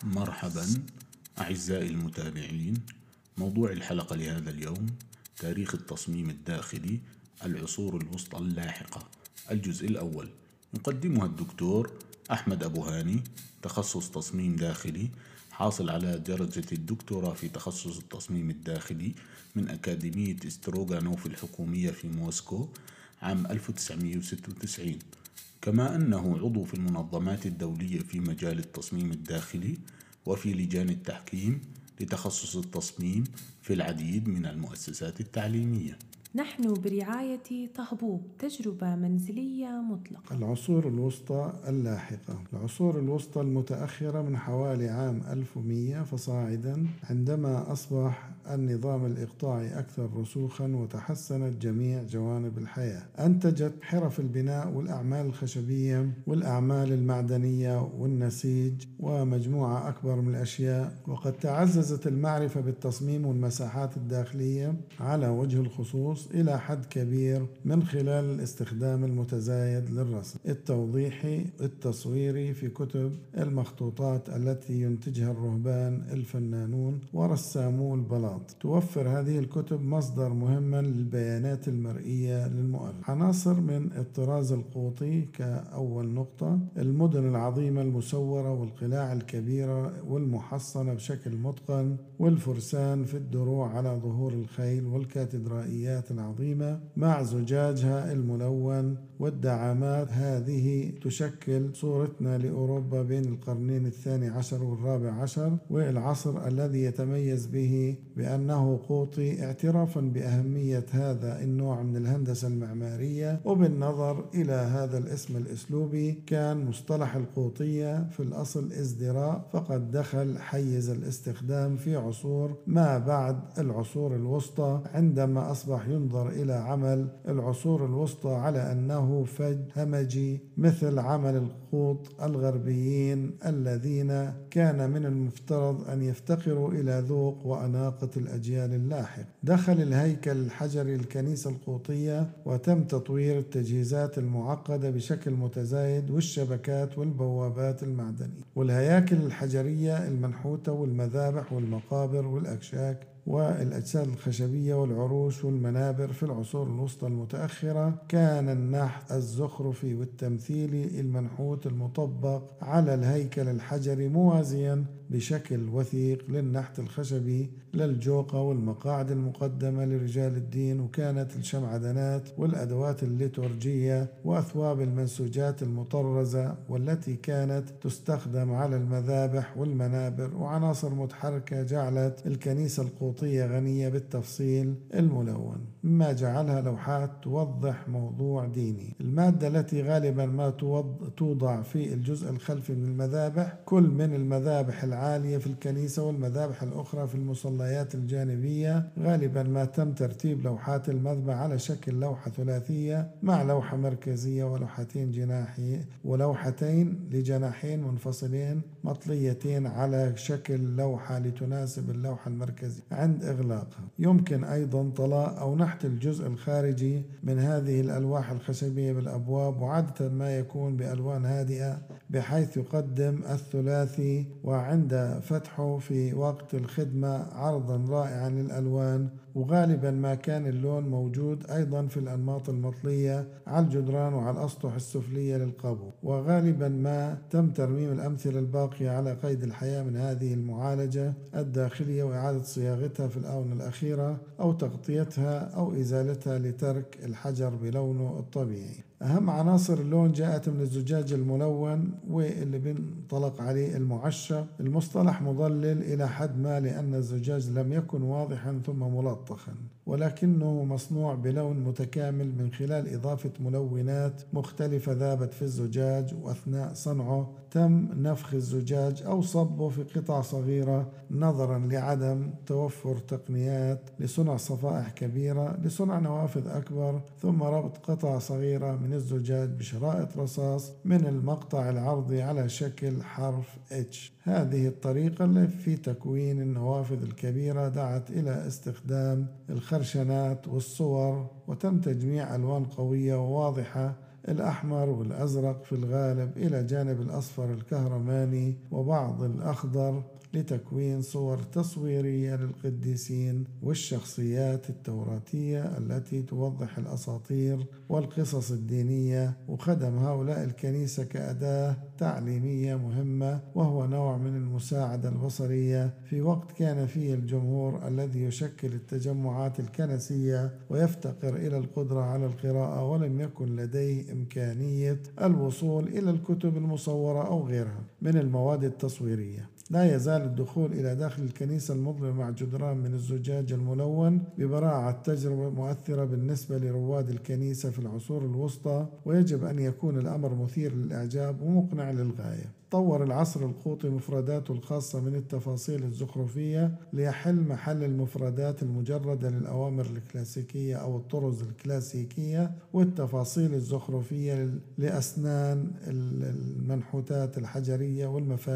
مرحبا أعزائي المتابعين. موضوع الحلقة لهذا اليوم: تاريخ التصميم الداخلي، العصور الوسطى اللاحقة. الجزء الأول يقدمها الدكتور أحمد أبو هاني، تخصص تصميم داخلي، حاصل على درجة الدكتوراه في تخصص التصميم الداخلي من أكاديمية ستروغانوف الحكومية في موسكو عام 1996، كما أنه عضو في المنظمات الدولية في مجال التصميم الداخلي وفي لجان التحكيم لتخصص التصميم في العديد من المؤسسات التعليمية. نحن برعاية طهبوب، تجربة منزلية مطلقة. العصور الوسطى اللاحقة. العصور الوسطى المتأخرة من حوالي عام 1100 فصاعدا، عندما أصبح النظام الإقطاعي أكثر رسوخا وتحسنت جميع جوانب الحياة، أنتجت حرف البناء والأعمال الخشبية والأعمال المعدنية والنسيج ومجموعة أكبر من الأشياء، وقد تعززت المعرفة بالتصميم والمساحات الداخلية على وجه الخصوص إلى حد كبير من خلال الاستخدام المتزايد للرسم التوضيحي التصويري في كتب المخطوطات التي ينتجها الرهبان الفنانون ورسامو البلاط. توفر هذه الكتب مصدر مهما للبيانات المرئية للمؤرخ. عناصر من الطراز القوطي كأول نقطة: المدن العظيمة المسورة والقلاع الكبيرة والمحصنة بشكل متقن، والفرسان في الدروع على ظهور الخيل، والكاتدرائيات العظيمة مع زجاجها الملون والدعامات. هذه تشكل صورتنا لأوروبا بين القرنين الثاني عشر والرابع عشر، والعصر الذي يتميز به بأنه قوطي، اعترافا بأهمية هذا النوع من الهندسة المعمارية. وبالنظر إلى هذا الاسم الأسلوبي، كان مصطلح القوطية في الأصل ازدراء، فقد دخل حيز الاستخدام في عصور ما بعد العصور الوسطى، عندما أصبح ينظر إلى عمل العصور الوسطى على أنه فج همجي مثل عمل القوط الغربيين الذين كان من المفترض أن يفتقروا إلى ذوق وأناقة الأجيال اللاحقة. دخل الهيكل الحجري الكنيسة القوطية، وتم تطوير التجهيزات المعقدة بشكل متزايد والشبكات والبوابات المعدنية والهياكل الحجرية المنحوتة والمذابح والمقابر والأكشاك والأجساد الخشبية والعروش والمنابر. في العصور الوسطى المتأخرة كان النحت الزخرفي والتمثيلي المنحوت المطبق على الهيكل الحجري موازيا بشكل وثيق للنحت الخشبي للجوقة والمقاعد المقدمة لرجال الدين، وكانت الشمعدانات والأدوات الليتورجية وأثواب المنسوجات المطرزة والتي كانت تستخدم على المذابح والمنابر. وعناصر متحركة جعلت الكنيسة القوطية غنية بالتفصيل الملون، مما جعلها لوحات توضح موضوع ديني. المادة التي غالبا ما توضع في الجزء الخلفي من المذابح، كل من المذابح العالية في الكنيسة والمذابح الأخرى في المصليات الجانبية، غالبا ما تم ترتيب لوحات المذبح على شكل لوحة ثلاثية مع لوحة مركزية ولوحتين لجناحين منفصلين مطليتين على شكل لوحة لتناسب اللوحة المركزية عند إغلاقها. يمكن أيضا طلاء أو نحت الجزء الخارجي من هذه الألواح الخشبية بالأبواب، وعادة ما يكون بألوان هادئة بحيث يقدم الثلاثي وعند فتحه في وقت الخدمة عرضا رائعا للألوان. وغالبا ما كان اللون موجود أيضا في الأنماط المطلية على الجدران وعلى الأسطح السفلية للقبو. وغالبا ما تم ترميم الأمثلة الباقية على قيد الحياة من هذه المعالجة الداخلية وإعادة صياغتها في الآونة الأخيرة، أو تغطيتها أو إزالتها لترك الحجر بلونه الطبيعي. أهم عناصر اللون جاءت من الزجاج الملون واللي بنطلق عليه المعشق. المصطلح مضلل إلى حد ما، لأن الزجاج لم يكن واضحا ثم ملطخا، ولكنه مصنوع بلون متكامل من خلال إضافة ملونات مختلفة ذابت في الزجاج، وأثناء صنعه تم نفخ الزجاج أو صبه في قطع صغيرة نظرا لعدم توفر تقنيات لصنع صفائح كبيرة لصنع نوافذ أكبر، ثم ربط قطع صغيرة من الزجاج بشرائط رصاص من المقطع العرضي على شكل حرف H. هذه الطريقة في تكوين النوافذ الكبيرة دعت إلى استخدام الخرشنات والصور، وتم تجميع ألوان قوية وواضحة الأحمر والأزرق في الغالب إلى جانب الأصفر الكهرماني وبعض الأخضر لتكوين صور تصويرية للقديسين والشخصيات التوراتية التي توضح الأساطير والقصص الدينية. وخدم هؤلاء الكنيسة كأداة تعليمية مهمة، وهو نوع من المساعدة البصرية في وقت كان فيه الجمهور الذي يشكل التجمعات الكنسية ويفتقر إلى القدرة على القراءة ولم يكن لديه إمكانية الوصول إلى الكتب المصورة أو غيرها من المواد التصويرية. لا يزال الدخول إلى داخل الكنيسة المظلمة مع جدران من الزجاج الملون ببراعة تجربة مؤثرة بالنسبة لرواد الكنيسة في العصور الوسطى، ويجب أن يكون الأمر مثير للإعجاب ومقنع للغاية. طور العصر القوطي مفرداته الخاصة من التفاصيل الزخرفية ليحل محل المفردات المجردة للأوامر الكلاسيكية أو الطرز الكلاسيكية والتفاصيل الزخرفية لأسنان المنحوتات الحجرية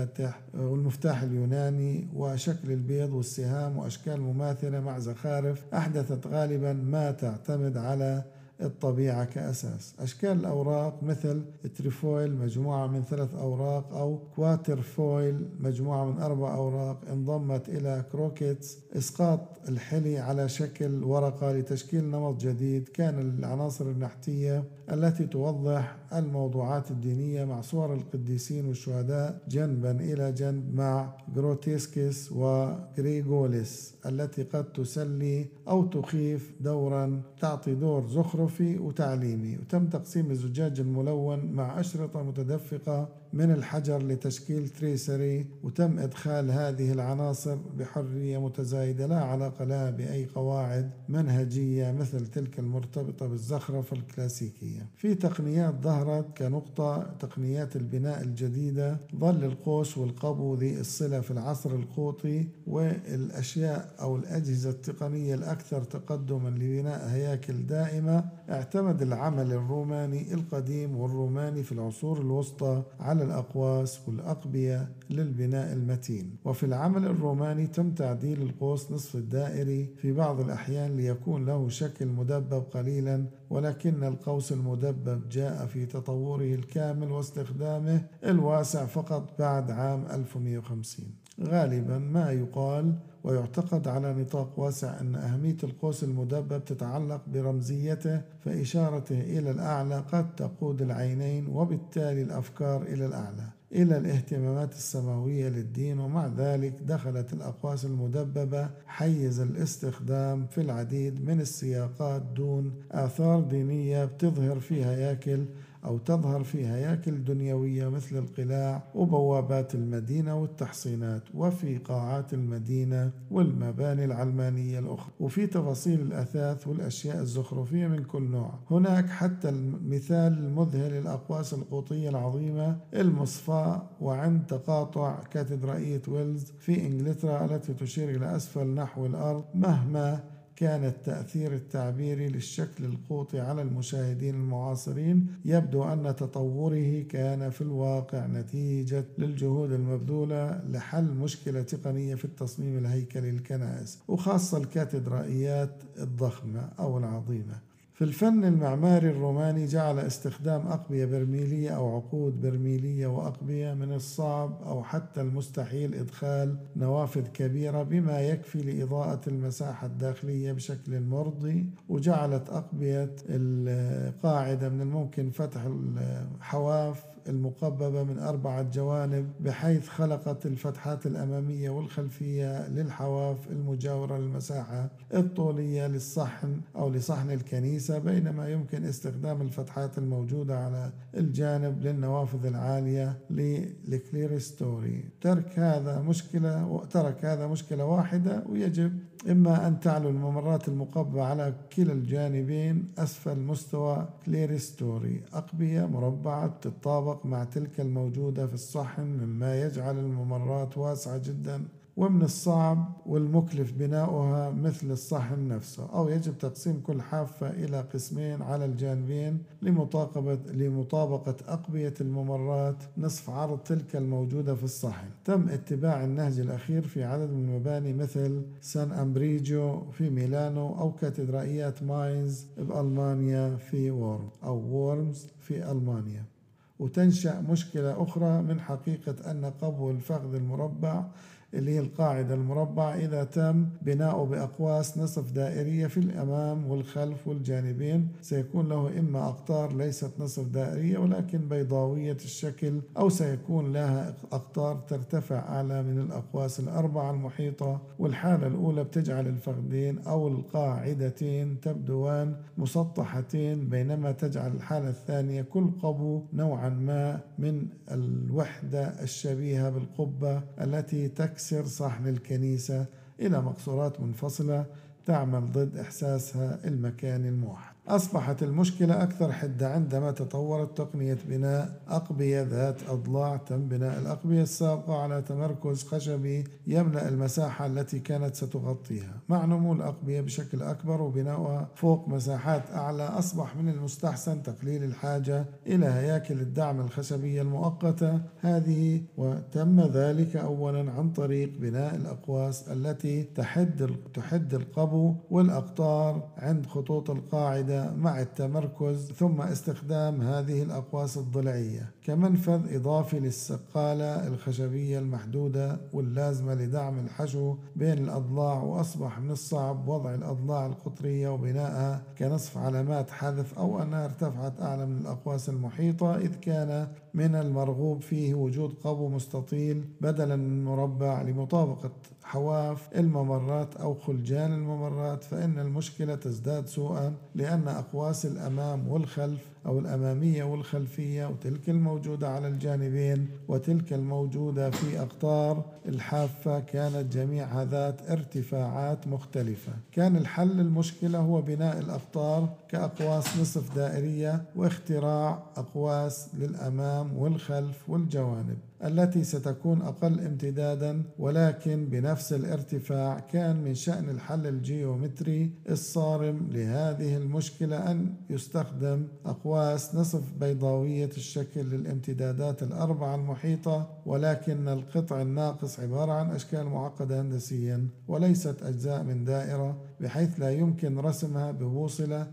والمفتاح اليوناني وشكل البيض والسهام وأشكال مماثلة مع زخارف أحدثت غالبا ما تعتمد على الطبيعة كأساس. أشكال الأوراق مثل تريفويل مجموعة من 3 أوراق أو كواترفويل مجموعة من 4 أوراق انضمت إلى كروكيتس. إسقاط الحلي على شكل ورقة لتشكيل نمط جديد. كان العناصر النحتية التي توضح الموضوعات الدينية مع صور القديسين والشهداء جنبا إلى جنب مع جروتيسكس وغريغوليس التي قد تسلي أو تخيف دورا، تعطي دور زخرفي وتعليمي. وتم تقسيم الزجاج الملون مع أشرطة متدفقة من الحجر لتشكيل تريسري، وتم إدخال هذه العناصر بحرية متزايدة لا علاقة لها بأي قواعد منهجية مثل تلك المرتبطة بالزخرفة الكلاسيكية. في تقنيات ظهرت كنقطة تقنيات البناء الجديدة. ظل القوس والقبو ذي الصلة في العصر القوطي، والأشياء أو الأجهزة التقنية الأكثر تقدما لبناء هياكل دائمة. اعتمد العمل الروماني القديم والروماني في العصور الوسطى على الأقواس والأقبية للبناء المتين. وفي العمل الروماني تم تعديل القوس نصف الدائري في بعض الأحيان ليكون له شكل مدبب قليلا، ولكن القوس المدبب جاء في تطوره الكامل واستخدامه الواسع فقط بعد عام 1150. غالبا ما يقال ويعتقد على نطاق واسع أن أهمية القوس المدبب تتعلق برمزيته، فإشارته إلى الأعلى قد تقود العينين وبالتالي الأفكار إلى الأعلى إلى الاهتمامات السماوية للدين. ومع ذلك دخلت الأقواس المدببة حيز الاستخدام في العديد من السياقات دون آثار دينية تظهر في هياكل دنيوية مثل القلاع وبوابات المدينة والتحصينات وفي قاعات المدينة والمباني العلمانية الأخرى، وفي تفاصيل الأثاث والأشياء الزخرفية من كل نوع. هناك حتى المثال المذهل الأقواس القوطية العظيمة المصفاة وعند تقاطع كاتدرائية ويلز في إنجلترا التي تشير إلى أسفل نحو الأرض. مهما كان التأثير التعبيري للشكل القوطي على المشاهدين المعاصرين، يبدو أن تطوره كان في الواقع نتيجة للجهود المبذولة لحل مشكلة تقنية في التصميم الهيكلي للكنائس، وخاصة الكاتدرائيات الضخمة أو العظيمة. في الفن المعماري الروماني جعل استخدام أقبية برميلية أو عقود برميلية وأقبية من الصعب أو حتى المستحيل إدخال نوافذ كبيرة بما يكفي لإضاءة المساحة الداخلية بشكل مرضي، وجعلت أقبية القاعدة من الممكن فتح الحواف المقببة من 4 جوانب بحيث خلقت الفتحات الأمامية والخلفية للحواف المجاورة للمساحة الطولية للصحن أو لصحن الكنيسة، بينما يمكن استخدام الفتحات الموجودة على الجانب للنوافذ العالية للكليرستوري. ترك هذا مشكلة واحدة، ويجب إما أن تعلو الممرات المقببة على كلا الجانبين أسفل مستوى كليرستوري أقبية مربعة تتطابق مع تلك الموجودة في الصحن، مما يجعل الممرات واسعة جدا ومن الصعب والمكلف بناؤها مثل الصحن نفسه، أو يجب تقسيم كل حافة إلى قسمين على الجانبين لمطابقة أقبية الممرات نصف عرض تلك الموجودة في الصحن. تم اتباع النهج الأخير في عدد من المباني مثل سان أمبريجو في ميلانو، أو كاتدرائيات ماينز بألمانيا في وورمز في ألمانيا. وتنشأ مشكلة أخرى من حقيقة أن قبو الفخذ المربع اللي هي القاعدة المربع إذا تم بناؤه بأقواس نصف دائرية في الأمام والخلف والجانبين سيكون له إما أقطار ليست نصف دائرية ولكن بيضاوية الشكل، أو سيكون لها أقطار ترتفع أعلى من الأقواس الأربعة المحيطة. والحالة الأولى بتجعل الفخذين أو القاعدتين تبدوان مسطحتين، بينما تجعل الحالة الثانية كل قبو نوعا ما من الوحدة الشبيهة بالقبة التي تكسر صحن الكنيسة إلى مقصورات منفصلة تعمل ضد إحساسها المكاني الموحد. أصبحت المشكلة أكثر حدة عندما تطورت تقنية بناء أقبية ذات أضلاع. تم بناء الأقبية السابقة على تمركز خشبي يملأ المساحة التي كانت ستغطيها. مع نمو الأقبية بشكل أكبر وبناؤها فوق مساحات أعلى، أصبح من المستحسن تقليل الحاجة إلى هياكل الدعم الخشبية المؤقتة هذه، وتم ذلك أولا عن طريق بناء الأقواس التي تحد القبو والأقطار عند خطوط القاعدة مع التمركز، ثم استخدام هذه الأقواس الضلعية كمنفذ إضافي للسقالة الخشبية المحدودة واللازمة لدعم الحشو بين الأضلاع. وأصبح من الصعب وضع الأضلاع القطرية وبنائها كنصف علامات حذف أو أنها ارتفعت أعلى من الأقواس المحيطة، إذ كان من المرغوب فيه وجود قبو مستطيل بدلا من مربع لمطابقة حواف الممرات أو خلجان الممرات. فإن المشكلة تزداد سوءا لأن أقواس الأمام والخلف أو الأمامية والخلفية، وتلك الموجودة على الجانبين وتلك الموجودة في أقطار الحافة، كانت جميعها ذات ارتفاعات مختلفة. كان الحل المشكلة هو بناء الأقطار كأقواس نصف دائرية واختراع أقواس للأمام والخلف والجوانب التي ستكون أقل امتدادا ولكن بنفس الارتفاع. كان من شأن الحل الجيومتري الصارم لهذه المشكلة أن يستخدم أقواس نصف بيضاوية الشكل للامتدادات الأربعة المحيطة، ولكن القطع الناقص عبارة عن أشكال معقدة هندسيا وليست أجزاء من دائرة، بحيث لا يمكن رسمها ببوصلة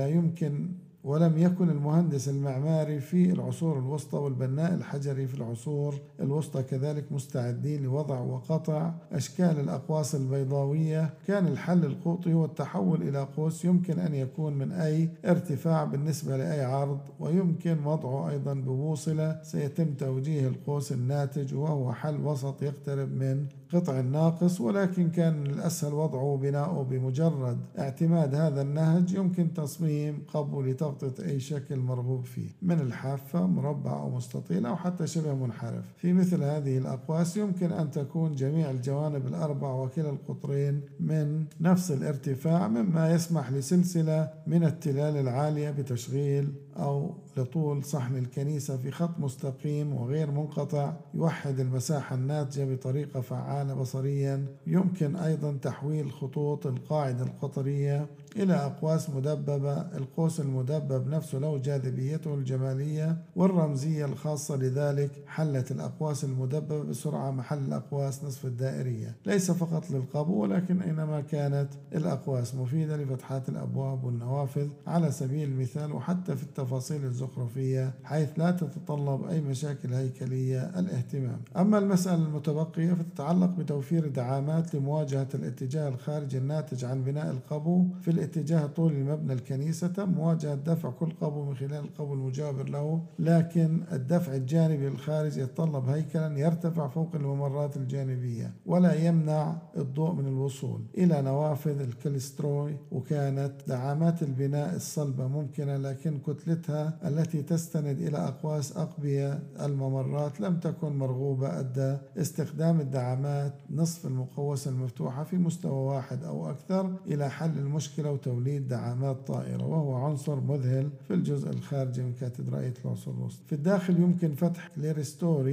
ولم يكن المهندس المعماري في العصور الوسطى والبناء الحجري في العصور الوسطى كذلك مستعدين لوضع وقطع أشكال الأقواس البيضاوية. كان الحل القوطي هو التحول إلى قوس يمكن أن يكون من أي ارتفاع بالنسبة لأي عرض، ويمكن وضعه أيضا ببوصلة سيتم توجيه القوس الناتج، وهو حل وسط يقترب من قطع الناقص، ولكن كان الأسهل وضعه وبناؤه بمجرد اعتماد هذا النهج. يمكن تصميم قبو لتغطية أي شكل مرغوب فيه من الحافة مربع أو مستطيل أو حتى شبه منحرف. في مثل هذه الأقواس يمكن أن تكون جميع الجوانب الأربع وكلا القطرين من نفس الارتفاع، مما يسمح لسلسلة من التلال العالية بتشغيل أو لطول صحن الكنيسة في خط مستقيم وغير منقطع يوحد المساحة الناتجة بطريقة فعالة بصريا. يمكن أيضا تحويل خطوط القاعدة القطرية إلى أقواس مدببة. القوس المدبب نفسه له جاذبيته الجمالية والرمزية الخاصة، لذلك حلت الأقواس المدببة بسرعة محل الأقواس نصف الدائرية، ليس فقط للقبو ولكن أينما كانت الأقواس مفيدة لفتحات الأبواب والنوافذ على سبيل المثال، وحتى في التفاصيل الزخرفية حيث لا تتطلب أي مشاكل هيكلية الاهتمام. أما المسألة المتبقية فتتعلق بتوفير دعامات لمواجهة الاتجاه الخارجي الناتج عن بناء القبو في الاتجاه طولي لمبنى الكنيسة. تم مواجهة دفع كل قبو من خلال القبو المجاور له، لكن الدفع الجانبي للخارج يتطلب هيكلا يرتفع فوق الممرات الجانبية ولا يمنع الضوء من الوصول إلى نوافذ الكليستروي. وكانت دعامات البناء الصلبة ممكنة، لكن كتلتها التي تستند إلى أقواس أقبية الممرات لم تكن مرغوبة، أدى استخدام الدعامات نصف المقوسة المفتوحة في مستوى واحد أو أكثر إلى حل المشكلة وتوليد دعامات طائرة، وهو عنصر مذهل في الجزء الخارجي من كاتدرائية العصور الوسطى. في الداخل يمكن فتح كليرستوري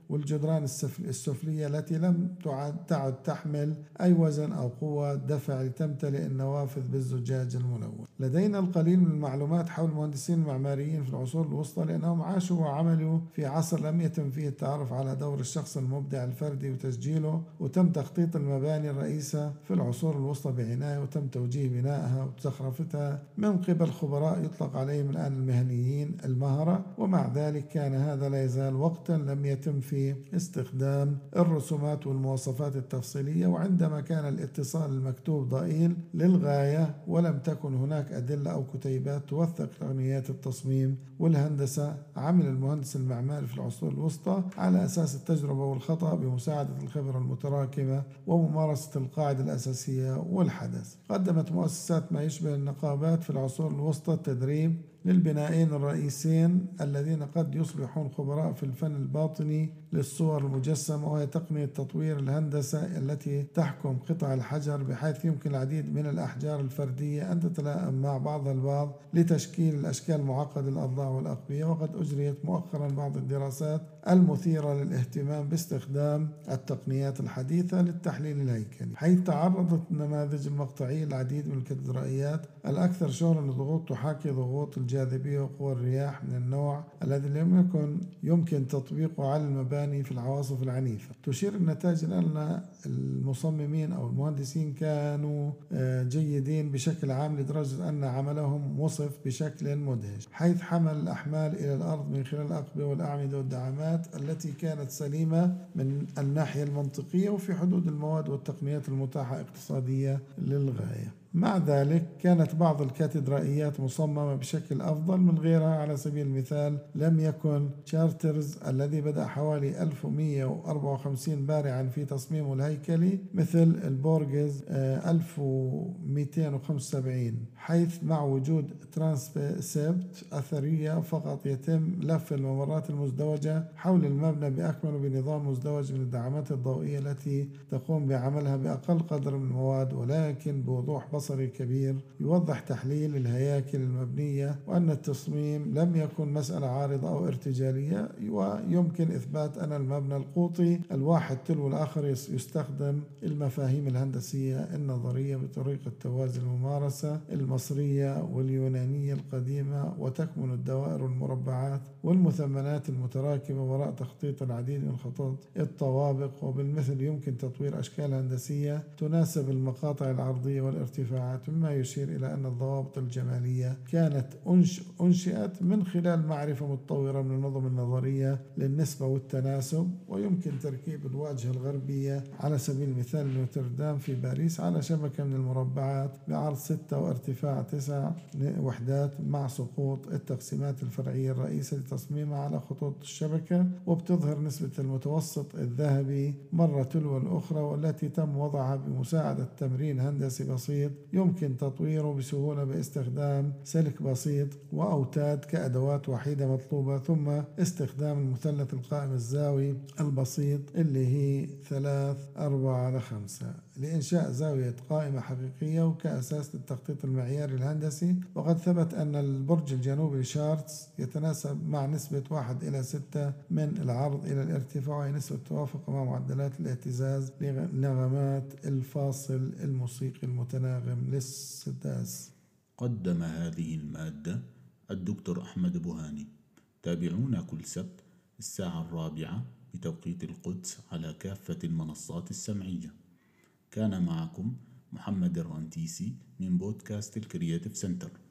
والجدران السفلية التي لم تعد تحمل أي وزن أو قوة دفع لتمتلئ النوافذ بالزجاج الملون. لدينا القليل من المعلومات حول المهندسين المعماريين في العصور الوسطى لأنهم عاشوا وعملوا في عصر لم يتم فيه التعرف على دور الشخص المبدع الفردي وتسجيله، وتم تخطيط المباني الرئيسة في العصور الوسطى بعناية، وتم توجيه بنائها وزخرفتها من قبل خبراء يطلق عليهم الآن المهنيين المهرة. ومع ذلك كان هذا لا يزال وقتا لم يتم فيه استخدام الرسومات والمواصفات التفصيلية، وعندما كان الاتصال المكتوب ضئيل للغاية ولم تكن هناك أدلة أو كتيبات توثق تقنيات التصميم والهندسة، عمل المهندس المعماري في العصور الوسطى على أساس التجربة والخطأ بمساعدة الخبرة المتراكمة وممارسة القاعدة الأساسية والحدث. قدمت مؤسسات ما يشبه النقابات في العصور الوسطى التدريب للبنائين الرئيسين الذين قد يصبحون خبراء في الفن الباطني للصور المجسمة، وهي تقنية تطوير الهندسة التي تحكم قطع الحجر بحيث يمكن العديد من الأحجار الفردية أن تتلائم مع بعضها البعض لتشكيل الأشكال المعقدة للأضلاع والأقبية. وقد أجريت مؤخرا بعض الدراسات المثيرة للاهتمام باستخدام التقنيات الحديثة للتحليل الهيكلي، حيث تعرضت النماذج المقطعية العديد من الكاتدرائيات الأكثر شهرة لضغوط تحاكي ضغوط الجاذبية وقوى الرياح من النوع الذي لم يمكن تطبيقه على المباني في العواصف العنيفة. تشير النتائج إلى أن المصممين أو المهندسين كانوا جيدين بشكل عام لدرجة أن عملهم وصف بشكل مدهش، حيث حمل الأحمال إلى الأرض من خلال الأقبية والأعمدة والدعامات التي كانت سليمة من الناحية المنطقية وفي حدود المواد والتقنيات المتاحة اقتصادية للغاية. مع ذلك كانت بعض الكاتدرائيات مصممة بشكل أفضل من غيرها. على سبيل المثال لم يكن تشارترز الذي بدأ حوالي 1154 بارعا في تصميمه الهيكلي مثل البورغز 1275، حيث مع وجود ترانسبت أثرية فقط يتم لف الممرات المزدوجة حول المبنى بأكمله بنظام مزدوج من الدعامات الضوئية التي تقوم بعملها بأقل قدر من المواد، ولكن بوضوح بصري كبير يوضح تحليل الهياكل المبنية وأن التصميم لم يكن مسألة عارضة أو ارتجالية، ويمكن إثبات أن المبنى القوطي الواحد تلو الآخر يستخدم المفاهيم الهندسية النظرية بطريقة توازي الممارسة المصرية واليونانية القديمة، وتكمن الدوائر والمربعات والمثمنات المتراكمة وراء تخطيط العديد من خطوط الطوابق. وبالمثل يمكن تطوير أشكال هندسية تناسب المقاطع العرضية والارتفاعات، مما يشير إلى أن الضوابط الجمالية كانت أنشئت من خلال معرفة متطورة من النظم النظرية للنسبة والتناسب. ويمكن تركيب الواجهة الغربية على سبيل المثال نوتردام في باريس على شبكة من المربعات بعرض 6 وارتفاع 9 وحدات مع سقوط التقسيمات الفرعية الرئيسة لتصميمها على خطوط الشبكة، وبتظهر نسبة المتوسط الذهبي مرة تلو الأخرى، والتي تم وضعها بمساعدة تمرين هندسي بسيط يمكن تطويره بسهولة باستخدام سلك بسيط وأوتاد كأدوات وحيدة مطلوبة، ثم استخدام المثلث القائم الزاوي البسيط اللي هي 3-4-5 لإنشاء زاوية قائمة حقيقية وكأساس للتخطيط المعياري الهندسي. وقد ثبت أن البرج الجنوبي شارتس يتناسب مع نسبة 1:6 من العرض إلى الارتفاع، وهي نسبة توافق مع معدلات الاهتزاز لنغمات الفاصل الموسيقي المتناغم للسداس. قدم هذه المادة الدكتور أحمد بوهاني. تابعونا كل سبت 4:00 بتوقيت القدس على كافة المنصات السمعية. كان معكم محمد الرنتيسي من بودكاست الكرياتيف سنتر.